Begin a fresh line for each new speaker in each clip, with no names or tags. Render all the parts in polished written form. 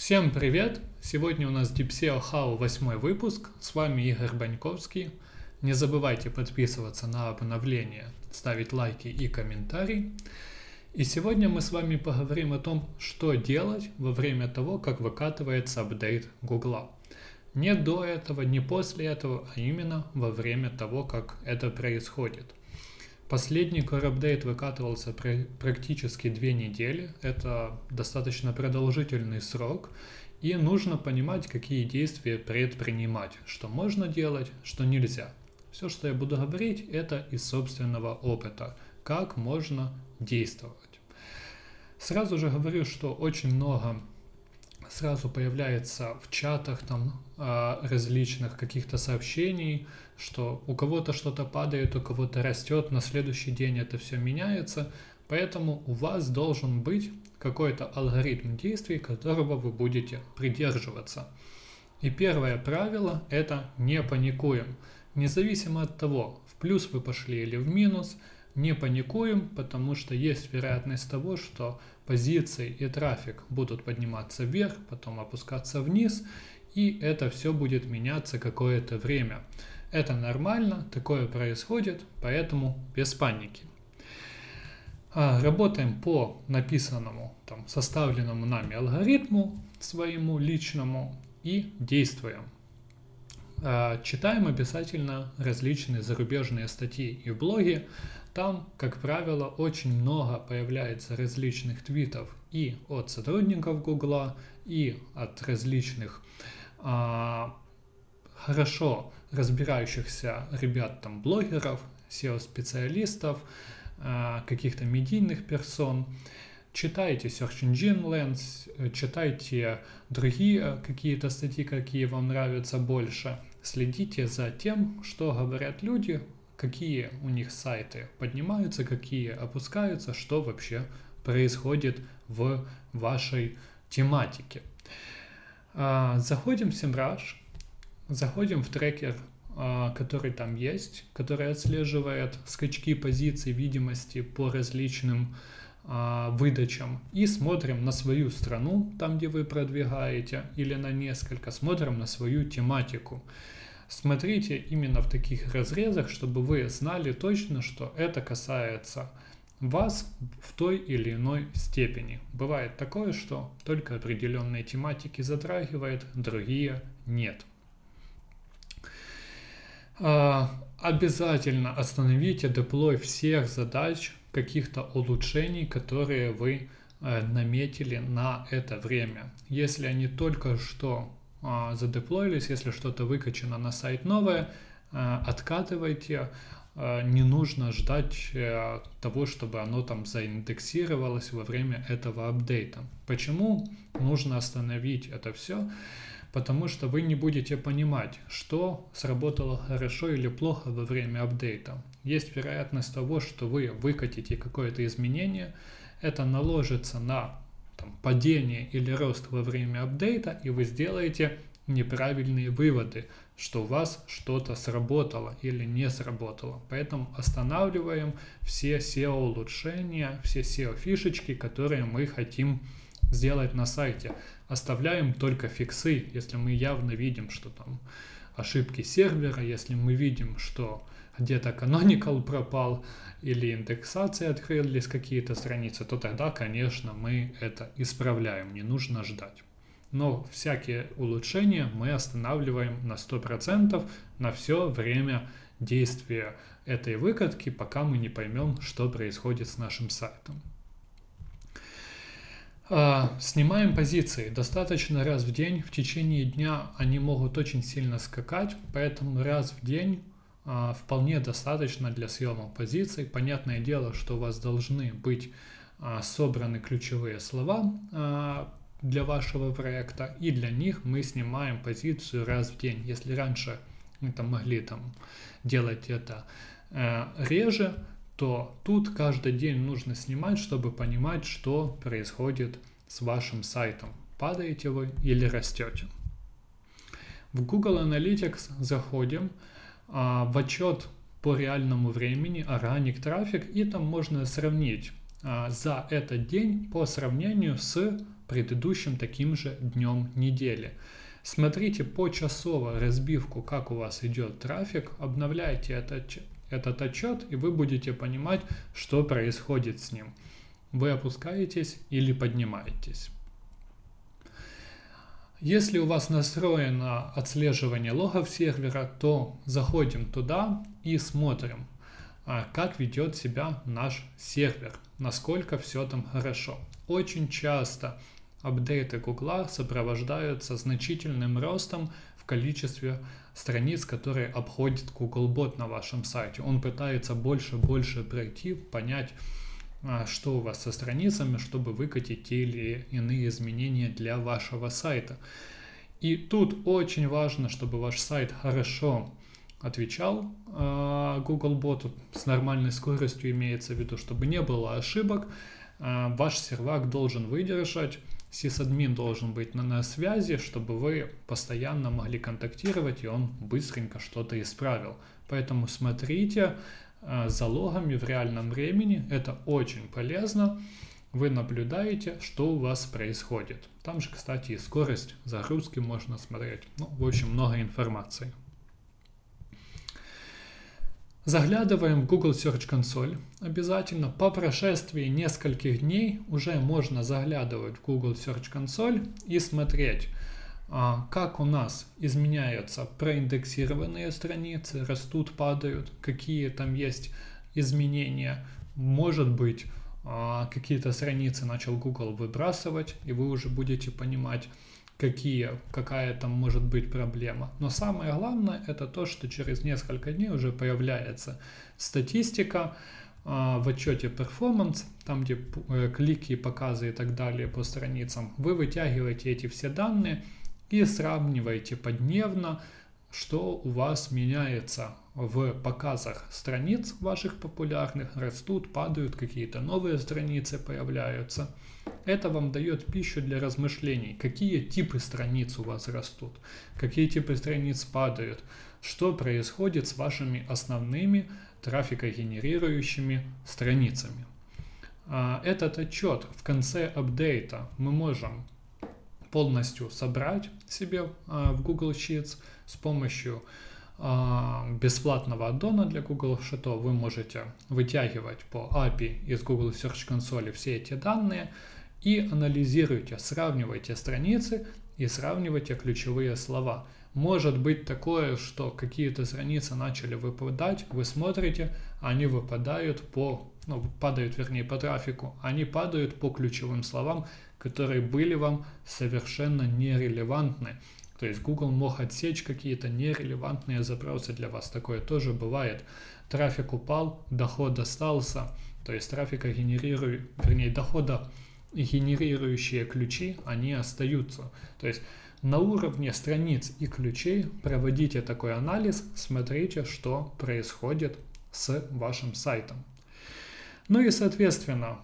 Всем привет! Сегодня у нас DeepSEO How 8 выпуск. С вами Игорь Баньковский. Не забывайте подписываться на обновления, ставить лайки и комментарии. И сегодня мы с вами поговорим о том, что делать во время того, как выкатывается апдейт Гугла. Не до этого, не после этого, а именно во время того, как это происходит. Последний Core Update выкатывался практически 2 недели. Это достаточно продолжительный срок. И нужно понимать, какие действия предпринимать. Что можно делать, что нельзя. Все, что я буду говорить, это из собственного опыта. Как можно действовать. Сразу же говорю, что очень много сразу появляется в чатах там различных каких-то сообщений, что у кого-то что-то падает, у кого-то растет, на следующий день это все меняется, поэтому у вас должен быть какой-то алгоритм действий, которого вы будете придерживаться. И первое правило – это не паникуем. Независимо от того, в плюс вы пошли или в минус, не паникуем, потому что есть вероятность того, что позиции и трафик будут подниматься вверх, потом опускаться вниз, и это все будет меняться какое-то время. Это нормально, такое происходит, поэтому без паники. Работаем по написанному, составленному нами алгоритму своему личному и действуем. Читаем обязательно различные зарубежные статьи и блоги. Там, как правило, очень много появляется различных твитов и от сотрудников Гугла, и от различных хорошо разбирающихся ребят, блогеров, SEO-специалистов, каких-то медийных персон. Читайте Search Engine Lens, читайте другие какие-то статьи, какие вам нравятся больше. Следите за тем, что говорят люди, какие у них сайты поднимаются, какие опускаются, что вообще происходит в вашей тематике. Заходим в SEMrush, заходим в трекер, который там есть, который отслеживает скачки позиций, видимости по различным выдачам, и смотрим на свою страну, там где вы продвигаете, или на несколько, смотрим на свою тематику. Смотрите именно в таких разрезах, чтобы вы знали точно, что это касается вас в той или иной степени. Бывает такое, что только определенные тематики затрагивает, другие нет. Обязательно остановите деплой всех задач, каких-то улучшений, которые вы наметили на это время. Если они только что задеплоились, если что-то выкачано на сайт новое, откатывайте. Не нужно ждать того, чтобы оно там заиндексировалось во время этого апдейта. Почему нужно остановить это все? Потому что вы не будете понимать, что сработало хорошо или плохо во время апдейта. Есть вероятность того, что вы выкатите какое-то изменение, это наложится на падение или рост во время апдейта, и вы сделаете неправильные выводы, что у вас что-то сработало или не сработало. Поэтому останавливаем все SEO-улучшения, все SEO-фишечки, которые мы хотим сделать на сайте. Оставляем только фиксы, если мы явно видим, что там ошибки сервера, если мы видим, что где-то canonical пропал или индексация открылись какие-то страницы, то тогда, конечно, мы это исправляем, не нужно ждать. Но всякие улучшения мы останавливаем на 100% на все время действия этой выкатки, пока мы не поймем, что происходит с нашим сайтом. Снимаем позиции. Достаточно раз в день. В течение дня они могут очень сильно скакать, поэтому раз в день вполне достаточно для съема позиций. Понятное дело, что у вас должны быть собраны ключевые слова для вашего проекта, и для них мы снимаем позицию раз в день. Если раньше мы могли делать это реже, то тут каждый день нужно снимать, чтобы понимать, что происходит с вашим сайтом. Падаете вы или растете. В Google Analytics заходим в отчет по реальному времени, Organic Traffic, и там можно сравнить за этот день по сравнению с предыдущим таким же днем недели. Смотрите почасово разбивку, как у вас идет трафик, обновляйте этот отчет, и вы будете понимать, что происходит с ним. Вы опускаетесь или поднимаетесь. Если у вас настроено отслеживание логов сервера, то заходим туда и смотрим, как ведет себя наш сервер, насколько все там хорошо. Очень часто апдейты Гугла сопровождаются значительным ростом в количестве страниц, которые обходит Googlebot на вашем сайте. Он пытается больше пройти, понять, что у вас со страницами, чтобы выкатить те или иные изменения для вашего сайта. И тут очень важно, чтобы ваш сайт хорошо отвечал Googlebot с нормальной скоростью, имеется в виду, чтобы не было ошибок. Ваш сервак должен выдержать, сисадмин должен быть на связи, чтобы вы постоянно могли контактировать, и он быстренько что-то исправил. Поэтому смотрите за логами в реальном времени, это очень полезно. Вы наблюдаете, что у вас происходит. Там же, кстати, и скорость загрузки можно смотреть. В общем, много информации. Заглядываем в Google Search Console обязательно. По прошествии нескольких дней уже можно заглядывать в Google Search Console и смотреть, как у нас изменяются проиндексированные страницы, растут, падают, какие там есть изменения. Может быть, какие-то страницы начал Google выбрасывать, и вы уже будете понимать, какая там может быть проблема. Но самое главное это то, что через несколько дней уже появляется статистика в отчете Performance, там где клики, показы и так далее по страницам. Вы вытягиваете эти все данные и сравниваете подневно, что у вас меняется в показах страниц ваших популярных, растут, падают, какие-то новые страницы появляются. Это вам дает пищу для размышлений, какие типы страниц у вас растут, какие типы страниц падают, что происходит с вашими основными трафикогенерирующими страницами. Этот отчет в конце апдейта мы можем полностью собрать себе в Google Sheets с помощью бесплатного аддона для Google Sheets. Вы можете вытягивать по API из Google Search Console все эти данные и анализируйте, сравнивайте страницы и сравнивайте ключевые слова. Может быть такое, что какие-то страницы начали выпадать, вы смотрите, они выпадают падают по трафику, они падают по ключевым словам, которые были вам совершенно нерелевантны. То есть Google мог отсечь какие-то нерелевантные запросы для вас. Такое тоже бывает. Трафик упал, доход остался. То есть дохода генерирующие ключи, они остаются. То есть на уровне страниц и ключей проводите такой анализ, смотрите, что происходит с вашим сайтом. Ну и соответственно,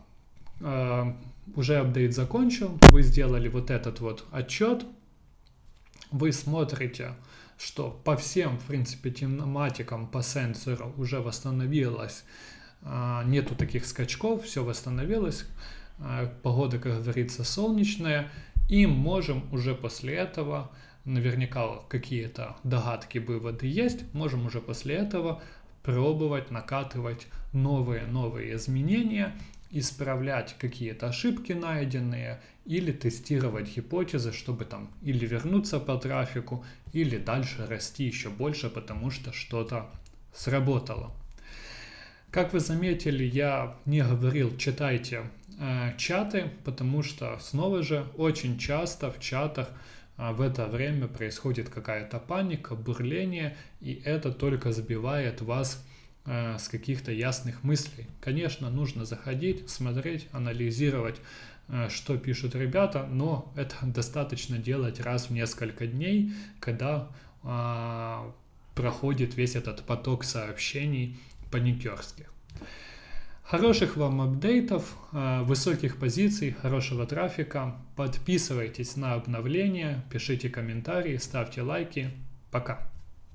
уже апдейт закончен, вы сделали вот этот вот отчет, вы смотрите, что по всем, в принципе, тематикам по сенсору уже восстановилось, нету таких скачков, все восстановилось, погода, как говорится, солнечная, и можем уже после этого, наверняка какие-то догадки, выводы есть, можем уже после этого пробовать накатывать новые изменения, исправлять какие-то ошибки найденные или тестировать гипотезы, чтобы там или вернуться по трафику, или дальше расти еще больше, потому что что-то сработало. Как вы заметили, я не говорил, читайте чаты, потому что снова же очень часто в чатах в это время происходит какая-то паника, бурление, и это только сбивает вас с каких-то ясных мыслей. Конечно, нужно заходить, смотреть, анализировать, что пишут ребята, но это достаточно делать раз в несколько дней, когда проходит весь этот поток сообщений паникерских. Хороших вам апдейтов, высоких позиций, хорошего трафика. Подписывайтесь на обновления, пишите комментарии, ставьте лайки. Пока!